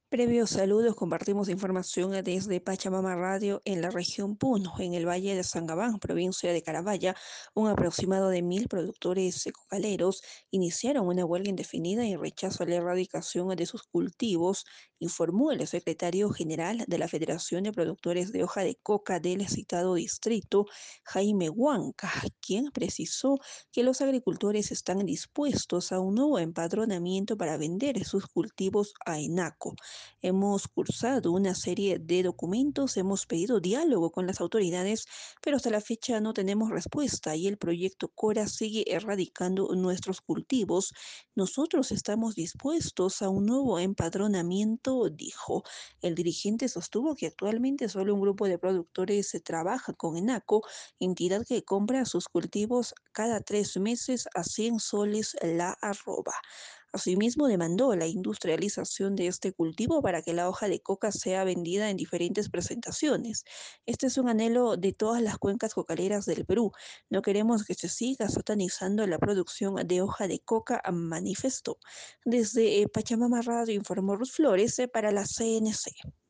Previos saludos, compartimos información desde Pachamama Radio en la región Puno, en el Valle de Sangabán, provincia de Carabaya. Un aproximado de 1.000 productores cocaleros iniciaron una huelga indefinida en rechazo a la erradicación de sus cultivos, informó el secretario general de la Federación de Productores de Hoja de Coca del citado distrito, Jaime Huanca, quien precisó que los agricultores están dispuestos a un nuevo empadronamiento para vender sus cultivos a ENACO. Hemos cursado una serie de documentos, hemos pedido diálogo con las autoridades, pero hasta la fecha no tenemos respuesta y el proyecto Cora sigue erradicando nuestros cultivos. Nosotros estamos dispuestos a un nuevo empadronamiento, dijo. El dirigente sostuvo que actualmente solo un grupo de productores se trabaja con ENACO, entidad que compra sus cultivos cada 3 meses a 100 soles la arroba. Asimismo, demandó la industrialización de este cultivo para que la hoja de coca sea vendida en diferentes presentaciones. Este es un anhelo de todas las cuencas cocaleras del Perú. No queremos que se siga satanizando la producción de hoja de coca, manifestó. Desde Pachamama Radio informó Ruth Flores para la CNC.